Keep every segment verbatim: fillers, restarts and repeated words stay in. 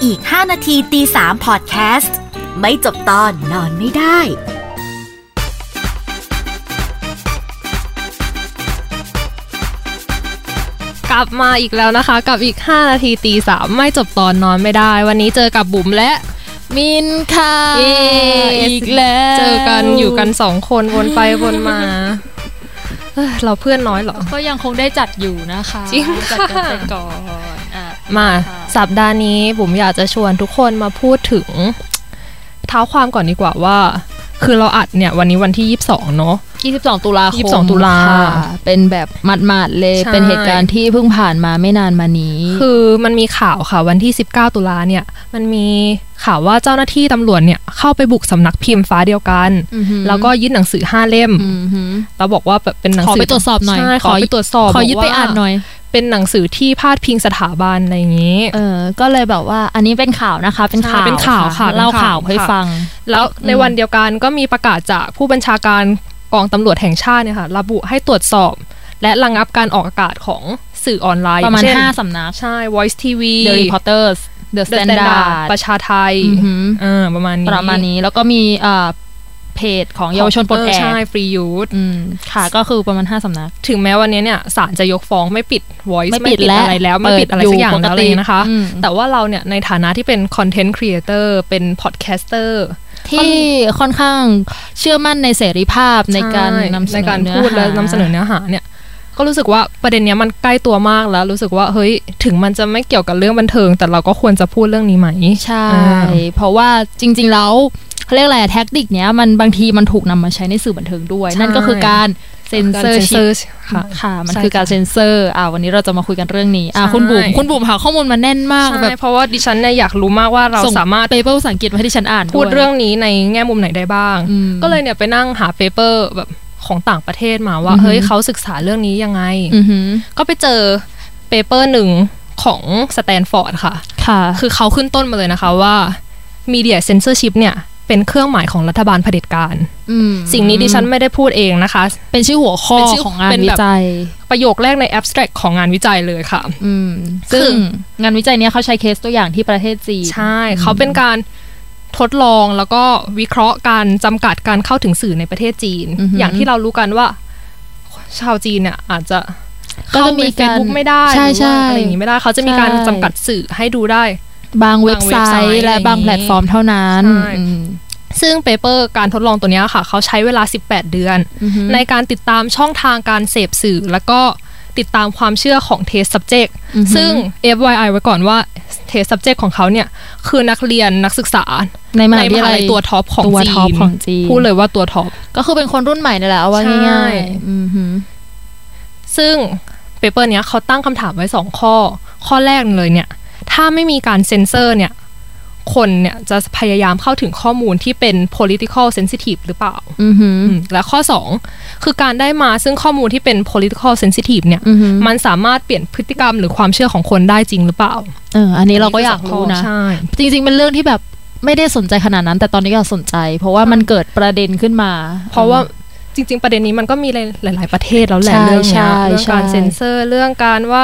อีกห้านาทีตีสามพอดแคสต์ไม่จบตอนนอนไม่ได้กลับมาอีกแล้วนะคะกับอีกห้านาทีตีสามไม่จบตอนนอนไม่ได้วันนี้เจอกับบุ๋มและมินค่ะอีกแล้วเจอกันอยู่กันสองคนวนไปวนมาเราเพื่อนน้อยเหรอก็ยังคงได้จัดอยู่นะคะจริงจัดกันไปก่อนมาสัปดาห์นี้บุ๋มอยากจะชวนทุกคนมาพูดถึงเท้าความก่อนดีกว่าว่าคือเราอัดเนี่ยวันนี้วันที่ยี่สิบสองเนาะยี่สิบสองตุลาคมยี่สิบสองตุลาเป็นแบบหมาดๆเลยเป็นเหตุการณ์ที่เพิ่งผ่านมาไม่นานมานี้คือมันมีข่าวค่ะวันที่สิบเก้าตุลาเนี่ยมันมีข่าวว่าเจ้าหน้าที่ตำรวจเนี่ยเข้าไปบุกสำนักพิมพ์ฟ้าเดียวกันแล้วก็ยึดหนังสือห้าเล่มแล้วบอกว่าแบบเป็นหนังสือขอไปตรวจสอบหน่อยขอไปตรวจสอบขอยึดไปอ่านหน่อยเป็นหนังสือที่พาดพิงสถาบันอะไรอย่างนี้เออก็เลยแบบว่าอันนี้เป็นข่าวนะคะเป็นข่าวเป็นข่าวค่ะเล่าข่าวให้ฟังแล้วในวันเดียวกันก็มีประกาศจากผู้บัญชาการกองตำรวจแห่งชาติเนี่ยค่ะระบุให้ตรวจสอบและระงับการออกอากาศของสื่อออนไลน์ประมาณห้าสำนักใช่ Voice ที วี The Reporters The Standard ประชาไทยเออประมาณนี้ประมาณนี้แล้วก็มีอ่าเพจของเยาวชนปลดแอกใช่ Free Youth อืมค่ะก็คือประมาณห้าสำนักถึงแม้วันนี้เนี่ยศาลจะยกฟ้องไม่ปิด Voice ไม่ปิดอะไรแล้วไม่ปิดอะไรสักอย่างแล้วเลยนะคะแต่ว่าเราเนี่ยในฐานะที่เป็น Content Creator เป็น Podcaster ที่ค่อนข้างเชื่อมั่นในเสรีภาพในการนำเสนอในการพูดและนำเสนอเนื้อหาเนี่ยก็รู้สึกว่าประเด็นนี้มันใกล้ตัวมากแล้วรู้สึกว่าเฮ้ยถึงมันจะไม่เกี่ยวกับเรื่องบันเทิงแต่เราก็ควรจะพูดเรื่องนี้ไหมใช่เพราะว่าจริงๆแล้วเขาเรียกอะไรแท็กติกเนี้ยมันบางทีมันถูกนำมาใช้ในสื่อบันเทิงด้วยนั่นก็คือการเซนเซอร์ชิปค่ะมันคือการเซนเซอร์อ่าวันนี้เราจะมาคุยกันเรื่องนี้อ่าคุณบุ๋มคุณบุ๋มหาข้อมูลมาแน่นมากแบบเพราะว่าดิฉันเนี่ยอยากรู้มากว่าเราสามารถเปเปอร์ภาษาอังกฤษมาให้ดิฉันอ่านพูดเรื่องนี้ในแง่มุมไหนได้บ้างก็เลยเนี่ยไปนั่งหาเปเปอร์แบบของต่างประเทศมาว่าเฮ้ยเขาศึกษาเรื่องนี้ยังไงก็ไปเจอเปเปอร์หนึ่งของสแตนฟอร์ดค่ะค่ะคือเขาขึ้นต้นมาเลยนะคะว่า Media Censorship เนี่ยเป็นเครื่องหมายของรัฐบาลเผด็จการสิ่งนี้ดิฉันไม่ได้พูดเองนะคะเป็นชื่อหัวข้อของงานวิจัยประโยคแรกใน abstract ของงานวิจัยเลยค่ะซึ่งงานวิจัยนี้เขาใช้เคสตัวอย่างที่ประเทศจีนใช่เขาเป็นการทดลองแล้วก็วิเคราะห์การจำกัดการเข้าถึงสื่อในประเทศจีนอย่างที่เรารู้กันว่าชาวจีนเนี่ยอาจจะเข้ามีเฟซบุ๊กไม่ได้หรือว่าอะไรอย่างนี้ไม่ได้เขาจะมีการจำกัดสื่อให้ดูได้บางเว็บไซต์และบางแพลตฟอร์มเท่านั้นซึ่งเปเปอร์การทดลองตัวนี้ค่ะเขาใช้เวลาสิบแปดเดือนในการติดตามช่องทางการเสพสื่อแล้วก็ติดตามความเชื่อของ Test Subject ซึ่ง เอฟ วาย ไอ ไว้ก่อนว่า Test Subject ของเขาเนี่ยคือนักเรียนนักศึกษาในมหาวิทยาลัยตัวท็อปของจีนพูดเลยว่าตัวท็อปก็คือเป็นคนรุ่นใหม่นั่นแหละเอาว่าง่ายๆซึ่งเปเปอร์เนี้ยเขาตั้งคำถามไว้สองข้อข้อแรกเลยเนี่ยถ้าไม่มีการเซ็นเซอร์เนี่ยคนเนี่ยจะพยายามเข้าถึงข้อมูลที่เป็น political sensitive หรือเปล่าและข้อสองคือการได้มาซึ่งข้อมูลที่เป็น political sensitive เนี่ยมันสามารถเปลี่ยนพฤติกรรมหรือความเชื่อของคนได้จริงหรือเปล่าเอออันนี้เราก็อยากรู้นะจริงๆเป็นเรื่องที่แบบไม่ได้สนใจขนาดนั้นแต่ตอนนี้ก็สนใจเพราะว่ามันเกิดประเด็นขึ้นมาเพราะว่าจริงๆประเด็นนี้มันก็มีหลายๆประเทศแล้วแหละเรื่องนี้เรื่องการเซ็นเซอร์เรื่องการว่า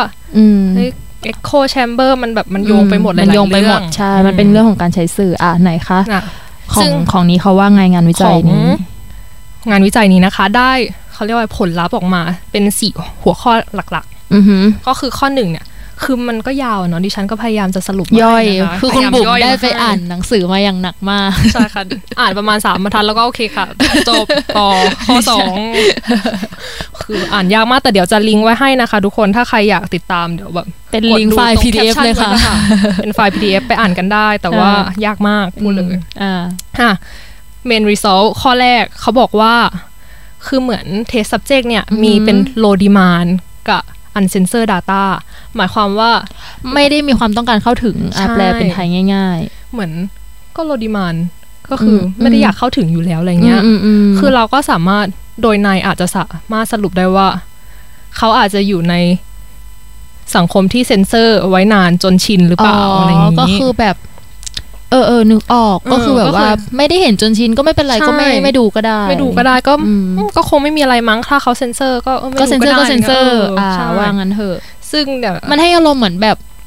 Echo Chamber มันแบบมันโยงไปหมดเลยมันโยงไปหมดใช่มันเป็นเรื่องของการใช้สื่ออ่ะไหนคะของของนี้เขาว่าไงงานวิจัยนี้งานวิจัยนี้นะคะได้เขาเรียกว่าผลลัพธ์ออกมาเป็นสี่หัวข้อหลักๆก็คือข้อหนึ่งเนี่ยคือมันก็ยาวเนาะดิฉันก็พยายามจะสรุปย่อยคือคุณบุ๋มได้ไปอ่านหนังสือมาอย่างหนักมากใช่ค่ะอ่านประมาณสามบรรทัดแล้วก็โอเคค่ะจบต่อข้อสองคืออ่านยากมากแต่เดี๋ยวจะลิงก์ไว้ให้นะคะทุกคนถ้าใครอยากติดตามเดี๋ยวแบบเป็นลิงก์ไฟล์ พี ดี เอฟ เลยค่ะเป็นไฟล์ พี ดี เอฟ ไปอ่านกันได้แต่ว่ายากมากพูดเลยอ่าฮะ main result ข้อแรกเขาบอกว่าคือเหมือน test subject เนี่ยมีเป็น low demand กับuncensored data หมายความว่าไม่ได้มีความต้องการเข้าถึงแปลเป็นไทยง่ายๆเหมือนก็ low demand ก็คือไม่ได้อยากเข้าถึงอยู่แล้วอะไรเงี้ยคือเราก็สามารถโดยนายอาจจะสามารถสรุปได้ว่าเขาอาจจะอยู่ในสังคมที่เซ็นเซอร์ไว้นานจนชินหรือเปล่าอะไรอย่างนี้ก็คือแบบเออเออนึกออกก็คือแบบว่าไม่ได้เห็นจนชินก็ไม่เป็นไรก็ไม่ไม่ดูก็ได้ไม่ดูก็ได้ก็ก็คงไม่มีอะไรมั้งถ้าเขาเซ็นเซอร์ก็ก็เซ็นเซอร์ก็เซ็นเซอร์อ่าว่างั้นเถอะซึ่งเดี๋ยวมันให้อารมณ์เหมือนแบบ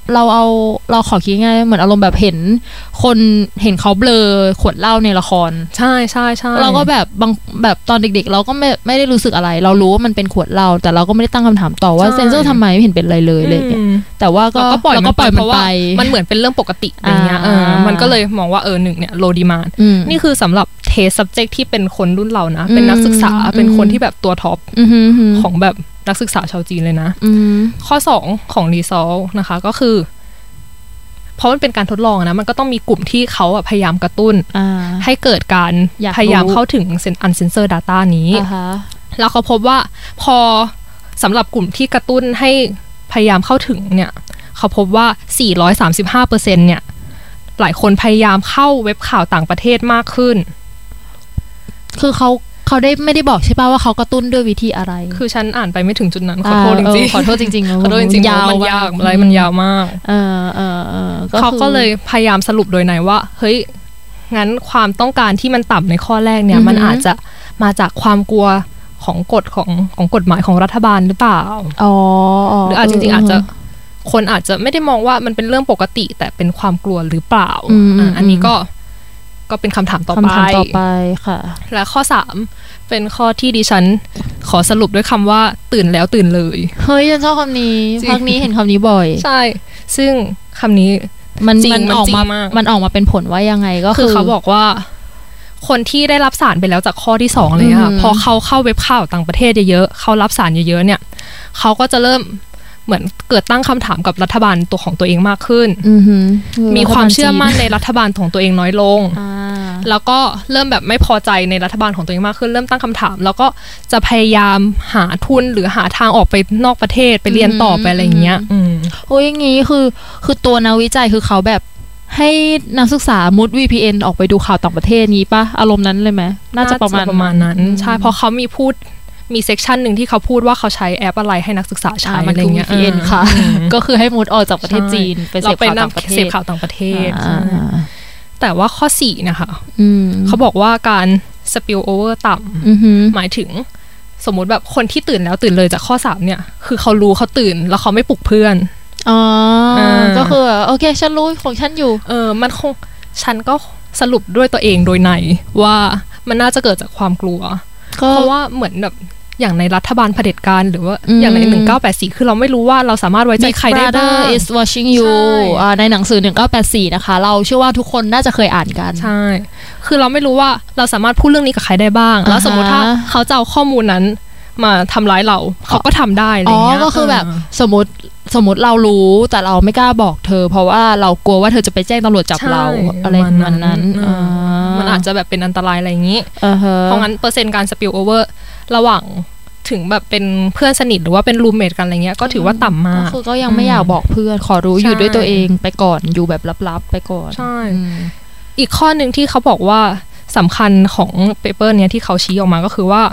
เราเอาเราขอคิดง่ายเหมือนอารมณ์แบบเห็นคนเห็นเขาเบลอขวดเหล้าในละครใช่ใช่ใช่เราก็แบบบางแบบตอนเด็กๆเราก็ไม่ไม่ได้รู้สึกอะไรเรารู้ว่ามันเป็นขวดเหล้าแต่เราก็ไม่ได้ตั้งคำถามต่อว่าเซนเซอร์ทำไมไม่เห็นเป็นอะไรเลยเลยแต่ว่าก็ปล่อยมันไปเพราะว่ามันเหมือนเป็นเรื่องปกติอย่างเงี้ยเออมันก็เลยมองว่าเออหนึ่งเนี่ย low demand นี่คือสำหรับเทส subject ที่เป็นคนรุ่นเรานะเป็นนักศึกษาเป็นคนที่แบบตัวท็อปของแบบนักศึกษาชาวจีนเลยนะข้อสองของ result นะคะก็คือเพราะมันเป็นการทดลองนะมันก็ต้องมีกลุ่มที่เขาพยายามกระตุ้นให้เกิดการพยายามเข้าถึง uncensored data นี้แล้วเขาพบว่าพอสำหรับกลุ่มที่กระตุ้นให้พยายามเข้าถึงเนี่ยเขาพบว่า สี่ร้อยสามสิบห้าเปอร์เซ็นต์ เนี่ยหลายคนพยายามเข้าเว็บข่าวต่างประเทศมากขึ้นคือเขาเขาได้ไม่ได้บอกใช่ป่ะว่าเขากระตุ้นด้วยวิธีอะไรคือฉันอ่านไปไม่ถึงจุดนั้นขอโทษจริงๆขอโทษจริงๆขอโทษจริงๆยาวมันยากอะไรมันยาวมากเออเออเออเขาก็เลยพยายามสรุปโดยในว่าเฮ้ยงั้นความต้องการที่มันต่ำในข้อแรกเนี่ยมันอาจจะมาจากความกลัวของกฎของของกฎหมายของรัฐบาลหรือเปล่าอ๋อหรืออาจจริงๆอาจจะคนอาจจะไม่ได้มองว่ามันเป็นเรื่องปกติแต่เป็นความกลัวหรือเปล่าอ่าอันนี้ก็ก็เป็นคำถามต่อไปคำถามต่อไปค่ะและข้อสามเป็นข้อที่ดิฉันขอสรุปด้วยคำว่าตื่นแล้วตื่นเลยเฮ้ยฉันชอบคำนี้พักนี้เห็นคำนี้บ่อยใช่ซึ่งคำนี้มันมันออกมามันออกมาเป็นผลว่ายังไงก็คือเขาบอกว่าคนที่ได้รับสารไปแล้วจากข้อที่สองเลยค่ะพอเขาเข้าเว็บข่าวต่างประเทศเยอะๆเขารับสารเยอะๆเนี่ยเขาก็จะเริ่มเหมือนเกิดตั้งคำถามกับรัฐบาลตัวของตัวเองมากขึ้นมีความเชื่อมั่นในรัฐบาลของตัวเองน้อยลงแล้วก็เริ่มแบบไม่พอใจในรัฐบาลของตัวเองมากขึ้นเริ่มตั้งคำถามแล้วก็จะพยายามหาทุนหรือหาทางออกไปนอกประเทศไปเรียนต่อไปอะไรอย่างเงี้ยโอ้ยอย่างงี้คือคือตัวนักวิจัยคือเขาแบบให้นักศึกษามุด วี พี เอ็น ออกไปดูข่าวต่างประเทศนี้ป่ะอารมณ์นั้นเลยไหมน่าจะประมาณประมาณนั้นใช่เพราะเขามีพูดมีเซกชันหนึ่งที่เขาพูดว่าเขาใช้แอปอะไรให้นักศึกษาใช้อะไรเงี้ยวี พี เอ็น ค่ะก็คือให้มุดออกจากประเทศจีนไปเสพข่าวต่างประเทศเสพข่าวต่างประเทศแต่ว่าข้อสี่นะคะเขาบอกว่าการ spill over ต่ำหมายถึงสมมติแบบคนที่ตื่นแล้วตื่นเลยจากข้อสามเนี่ยคือเขารู้เขาตื่นแล้วเขาไม่ปลุกเพื่อนอ๋อก็คือโอเคฉันรู้ของฉันอยู่เออมันคงฉันก็สรุปด้วยตัวเองโดยในว่ามันน่าจะเกิดจากความกลัวเพราะว่าเหมือนแบบอย่างในรัฐบาลเผด็จการหรือว่าอย่างในหนึ่งเก้าแปดสี่คือเราไม่รู้ว่าเราสามารถไว้ใจใครได้บ้าง is watching you ในหนังสือหนึ่งเก้าแปดสี่นะคะเราเชื่อว่าทุกคนน่าจะเคยอ่านกันใช่คือเราไม่รู้ว่าเราสามารถพูดเรื่องนี้กับใครได้บ้างแล้วสมมติถ้าเขาจะเอาข้อมูลนั้นมาทำร้ายเราเขาก็ทำได้อะไรเงี้ยอ๋อก็คือแบบสมมติสมมติเรารู้แต่เราไม่กล้าบอกเธอเพราะว่าเรากลัวว่าเธอจะไปแจ้งตำรวจจับเราอะไรประมาณนั้นมันอาจจะแบบเป็นอันตรายอะไรอย่างนี้เพราะงั้นเปอร์เซ็นต์การ spill over ระหว่างถึงแบบเป็นเพื่อนสนิทหรือว่าเป็นรูมเมทกันอะไรเงี้ยก็ถือว่าต่ำมากก็คือก็ยังไม่อยากบอกเพื่อนขอรู้อยู่ด้วยตัวเองไปก่อนอยู่แบบลับๆไปก่อนใช่อีกข้อหนึ่งที่เขาบอกว่าสำคัญของเปเปอร์เนี้ยที่เขาชี้ออกมาก็คือว่า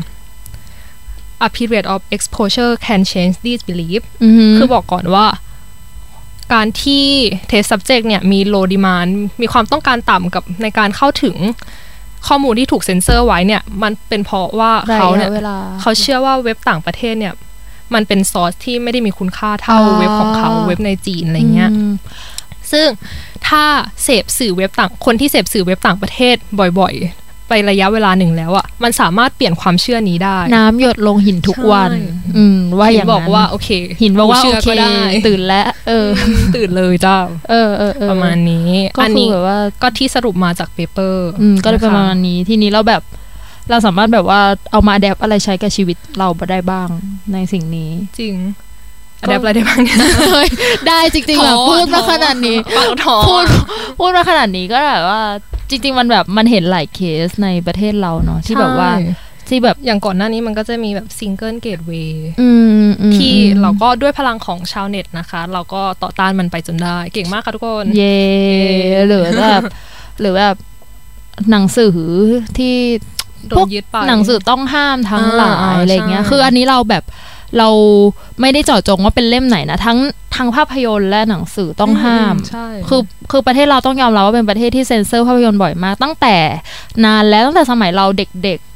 a period of exposure can change these beliefs คือบอกก่อนว่าการที่ test subject เนี่ยมี low demand มีความต้องการต่ำกับในการเข้าถึงข้อมูลที่ถูกเซ็นเซอร์ไว้เนี่ยมันเป็นเพราะว่าเขาเนี่ยเขาเชื่อว่าเว็บต่างประเทศเนี่ยมันเป็นซอสที่ไม่ได้มีคุณค่าเท่าเว็บของเขาเว็บในจีนอะไรเงี้ยซึ่งถ้าเสพสื่อเว็บต่างคนที่เสพสื่อเว็บต่างประเทศบ่อยๆไประยะเวลาหนึ่งแล้วอ่ะมันสามารถเปลี่ยนความเชื่อนี้ได้น้ำหยดลงหินทุกวันอืมว่าอย่างนั้นบอกว่าโอเคหินบอกว่าโอเคตื่นแล้วเออตื่นเลยเจ้าเออเออประมาณนี้อันนี้แบบว่าก็ที่สรุปมาจากเปเปอร์ก็เลยประมาณนี้ทีนี้เราแบบเราสามารถแบบว่าเอามาแอดอะไรใช้กับชีวิตเราได้บ้างในสิ่งนี้จริงอะแดปอะไรได้บ้างเนี่ยได้จริงๆแบบพูดมาขนาดนี้พูดพูดมาขนาดนี้ก็แบบว่าจริงๆมันแบบมันเห็นหลายเคสในประเทศเราเนาะที่แบบว่าที่แบบอย่างก่อนหน้านี้มันก็จะมีแบบซิงเกิลเกตเวย์ที่เราก็ด้วยพลังของชาวเน็ตนะคะเราก็ต่อต้านมันไปจนได้เก่งมากค่ะทุกคนเย่หรือแบบหรือแบบหนังสือที่พวกหนังสือต้องห้ามทั้งหลายอะไรเงี้ยคืออันนี้เราแบบเราไม่ได้เจาะจงว่าเป็นเล่มไหนนะทั้งทั้งภาพยนตร์และหนังสือต้องห้ามคือคือประเทศเราต้องยอมรับว่าเป็นประเทศที่เซ็นเซอร์ภาพยนตร์บ่อยมากตั้งแต่นานแล้วตั้งแต่สมัยเราเด็กๆ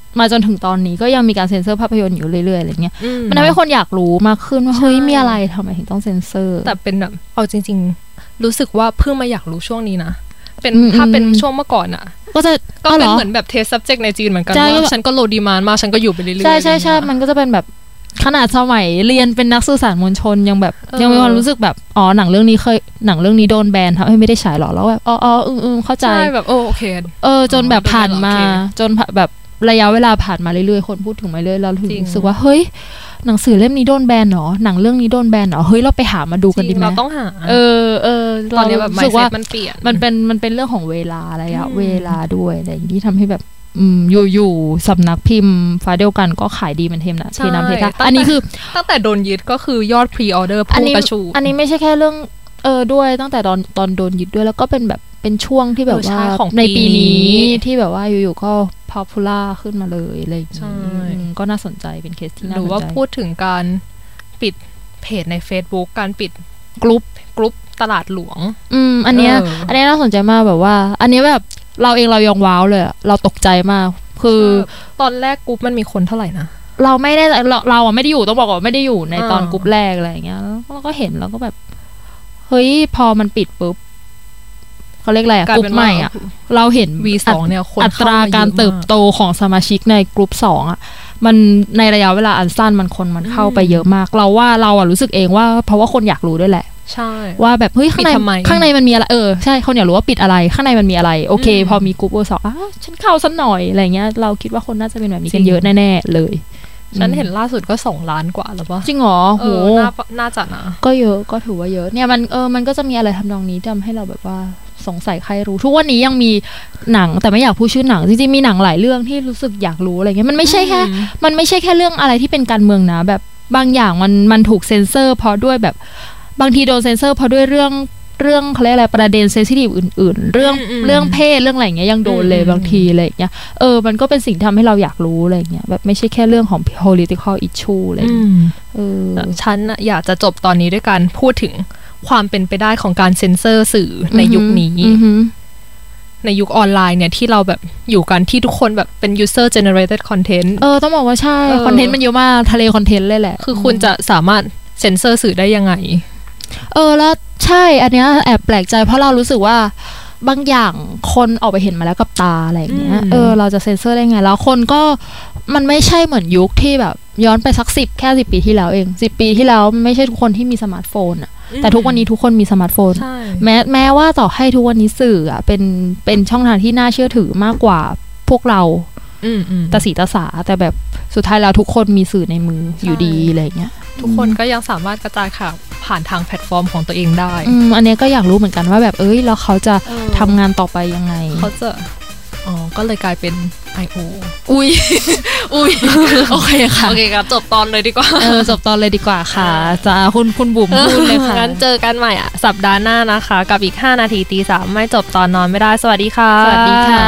มาจนถึงตอนนี้ก็ยังมีการเซ็นเซอร์ภาพยนตร์อยู่เรื่อยๆอะไรเงี้ยมันทำให้คนอยากรู้มากขึ้นว่าเฮ้ยมีอะไรทำไมถึงต้องเซ็นเซอร์แต่เป็นแบบเอาจริงๆรู้สึกว่าเพิ่งมาอยากรู้ช่วงนี้นะเป็นถ้าเป็นช่วงเมื่อก่อนอ่ะก็จะก็เป็นเหมือนแบบเทส subject ในจีนเหมือนกันว่าฉันก็โลดีมานมาฉันก็อยู่ไปเรื่อยๆใช่ใช่ใช่มันก็จะเป็นแบบขนาดสมัยเรียนเป็นนักสื่อสารมวลชนยังแบบยังมีความรู้สึกแบบอ๋อหนังเรื่องนี้เคยหนังเรื่องนี้โดนแบนทำให้ไม่ได้ฉายหรอแล้วแบบอ๋ออ๋ออืมอืมเข้าใจใช่แบบโอโอเคเออจนแบบผ่านมาจนแบบระยะเวลาผ่านมาเรื่อยๆคนพูดถึงมาเรื่อยเราถึงรู้สึกว่าเฮ้ยหนังสือเล่มนี้โดนแบนเหรอหนังเรื่องนี้โดนแบนเหรอเฮ้ยเราไปหามาดูกันดีไหมเราต้องหาเออเออตอนนี้แบบรู้สึกว่ามันเปลี่ยนมันเป็นมันเป็นเรื่องของเวลาระยะเวลาด้วยอะไรอย่างที่ทำให้แบบอืมอยู่ๆสำนักพิมพ์ฟ้าเดียวกันก็ขายดีมันเทมนะเทน้ำเทท่าอันนี้คือตั้งแต่โดนยึดก็คือยอดพรีออเดอร์พุ่งกระฉูดอันนี้ไม่ใช่แค่เรื่องเออด้วยตั้งแต่ตอนตอนโดนยึดด้วยแล้วก็เป็นแบบเป็นช่วงที่แบบว่าในปีนี้ที่แบบว่าอยู่ๆก็พอพูล่าขึ้นมาเลยอะไรอย่างนี้ก็น่าสนใจเป็นเคสที่น่าสนใจหรือว่าพูดถึงการปิดเพจใน Facebook การปิดกลุ่มกลุ่มตลาดหลวงอืมอันเนี้ยอันนี้น่าสนใจมากแบบว่าอันนี้แบบเราเองเรายังว้าวเลยเราตกใจมากคือตอนแรกกลุ่มมันมีคนเท่าไหร่นะเราไม่ได้เราเราอ่ะไม่ได้อยู่ต้องบอกว่าไม่ได้อยู่ในตอนกลุ่มแรกอะไรอย่างเงี้ยเราก็เห็นแล้วก็แบบเฮ้ยพอมันปิดปุ๊บเขาเรียกอะไรอ่ะกลุ่มใหม่อ่ะเราเห็นวี สอง เนี่ยคนอัตราการเติบโตของสมาชิกในกลุ่มสองอ่ะมันในระยะเวลาอันสั้นมันคนมันเข้าไปเยอะมากเราว่าเราอ่ะรู้สึกเองว่าเพราะว่าคนอยากรู้ด้วยแหละใช่ว่าแบบเฮ้ยข้างในข้างในมันมีอะไรเออใช่คนอยากรู้ว่าปิดอะไรข้างในมันมีอะไรโอเคพอมีกลุ่มสองอ้าวฉันเข้าสักหน่อยอะไรเงี้ยเราคิดว่าคนน่าจะเป็นแบบนี้กันเยอะแน่ๆเลยฉันเห็นล่าสุดก็สองล้านกว่าแล้วป่ะจริงเหรอโหน่าจะนะก็เยอะก็ถือว่าเยอะเนี่ยมันเออมันก็จะมีอะไรทำนองนี้ทำให้เราแบบว่าสงสัยใครรู้ทุกวันนี้ยังมีหนังแต่ไม่อยากพูดชื่อหนังจริงๆมีหนังหลายเรื่องที่รู้สึกอยากรู้อะไรเงี้ยมันไม่ใช่แค่มันไม่ใช่แค่เรื่องอะไรที่เป็นการเมืองนะแบบบางอย่างมันมันถูกเซ็นเซอร์เพราะด้วยแบบบางทีโดนเซ็นเซอร์เพราะด้วยเรื่องเรื่องเขาเรียกอะไรประเด็นเซนซิทีฟอื่นๆเรื่องเรื่องเพศเรื่องอะไรอย่างเงี้ยยังโดนเลยบางทีอะไรอย่างเงี้ยเออมันก็เป็นสิ่งที่ทำให้เราอยากรู้อะไรอย่างเงี้ยแบบไม่ใช่แค่เรื่องของ political issue อะไรอย่างเงี้ยเออฉันอยากจะจบตอนนี้ด้วยการพูดถึงความเป็นไปได้ของการเซ็นเซอร์สื่อในยุคนี้ในยุคออนไลน์เนี่ยที่เราแบบอยู่กันที่ทุกคนแบบเป็น user generated content เออต้องบอกว่าใช่คอนเทนต์มันเยอะมากทะเลคอนเทนต์เลยแหละคือคุณจะสามารถเซ็นเซอร์สื่อได้ยังไงเออแล้วใช่อันเนี้ยแอบแปลกใจเพราะเรารู้สึกว่าบางอย่างคนออกไปเห็นมาแล้วกับตาอะไรอย่างเงี้ยเออเราจะเซ็นเซอร์ได้ไงแล้วคนก็มันไม่ใช่เหมือนยุคที่แบบย้อนไปสักสิบแค่สิบปีที่แล้วเองสิบปีที่แล้วไม่ใช่ทุกคนที่มีสมาร์ทโฟนอะแต่ทุกวันนี้ทุกคนมีสมาร์ทโฟนแม้แม้ว่าต่อให้ทุกวันนี้สื่ออะเป็นเป็นช่องทางที่น่าเชื่อถือมากกว่าพวกเราตาสีตาสาแต่แบบสุดท้ายแล้วทุกคนมีสื่อในมืออยู่ดีอะไรเงี้ยทุกคนก็ยังสามารถกระจายข่าวผ่านทางแพลตฟอร์มของตัวเองได้อืมอันนี้ก็อยากรู้เหมือนกันว่าแบบเอ้ยแล้วเขาจะทำงานต่อไปยังไงเขาจะอ๋อก็เลยกลายเป็น ไอ โออุ้ยอุ้ยโอเคค่ะโอเคครับจบตอนเลยดีกว่าเออจบตอนเลยดีกว่าค่ะจะคุณคุณบุ๋มพูดเลยค่ะงั้นเจอกันใหม่อ่ะสัปดาห์หน้านะคะกับอีกห้านาทีตีสามไม่จบตอนนอนไม่ได้สวัสดีค่ะสวัสดีค่ะ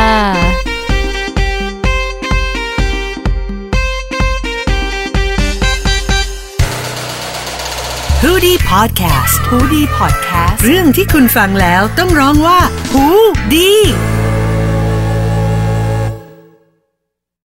ฮูดี้พอดแคสต์ฮูดี้พอดแคสต์เรื่องที่คุณฟังแล้วต้องร้องว่าฮูดี้